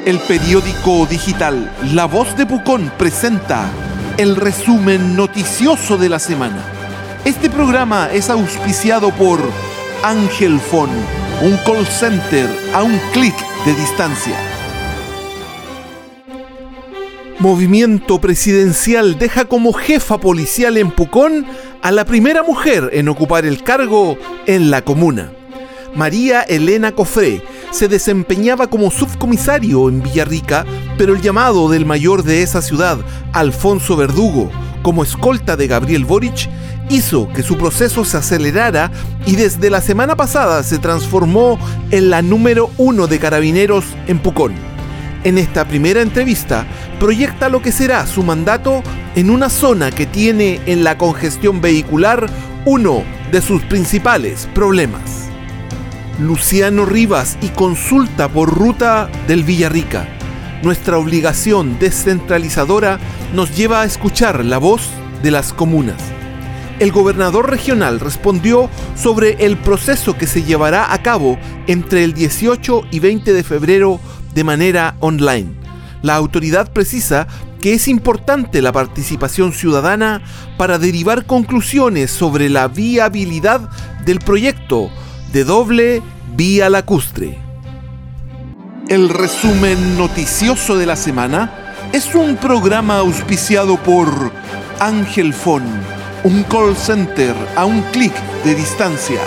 El periódico digital La Voz de Pucón presenta el resumen noticioso de la semana. Este programa es auspiciado por Ángel Phone, un call center a un clic de distancia. Movimiento presidencial deja como jefa policial en Pucón a la primera mujer en ocupar el cargo en la comuna. María Elena Cofré se desempeñaba como subcomisario en Villarrica, pero el llamado del mayor de esa ciudad, Alfonso Verdugo, como escolta de Gabriel Boric, hizo que su proceso se acelerara y desde la semana pasada se transformó en la número 1 de carabineros en Pucón. En esta primera entrevista, proyecta lo que será su mandato en una zona que tiene en la congestión vehicular uno de sus principales problemas. Luciano Rivas y consulta por ruta del Villarrica. Nuestra obligación descentralizadora nos lleva a escuchar la voz de las comunas. El gobernador regional respondió sobre el proceso que se llevará a cabo entre el 18 y 20 de febrero de manera online. La autoridad precisa que es importante la participación ciudadana para derivar conclusiones sobre la viabilidad del proyecto de doble vía lacustre. El resumen noticioso de la semana es un programa auspiciado por Ángel Phone, un call center a un clic de distancia.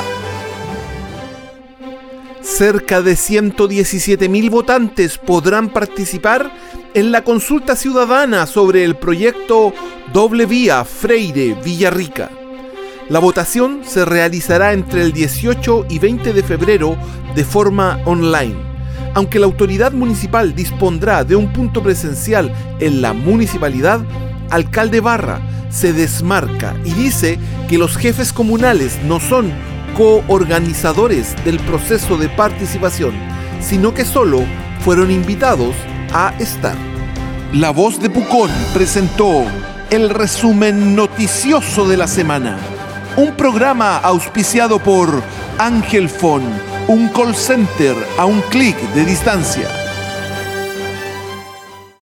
Cerca de 117.000 votantes podrán participar en la consulta ciudadana sobre el proyecto Doble Vía Freire-Villarrica. La votación se realizará entre el 18 y 20 de febrero de forma online. Aunque la autoridad municipal dispondrá de un punto presencial en la municipalidad, Alcalde Barra se desmarca y dice que los jefes comunales no son coorganizadores del proceso de participación, sino que solo fueron invitados a estar. La Voz de Pucón presentó el resumen noticioso de la semana. Un programa auspiciado por Ángel Phone, un call center a un clic de distancia.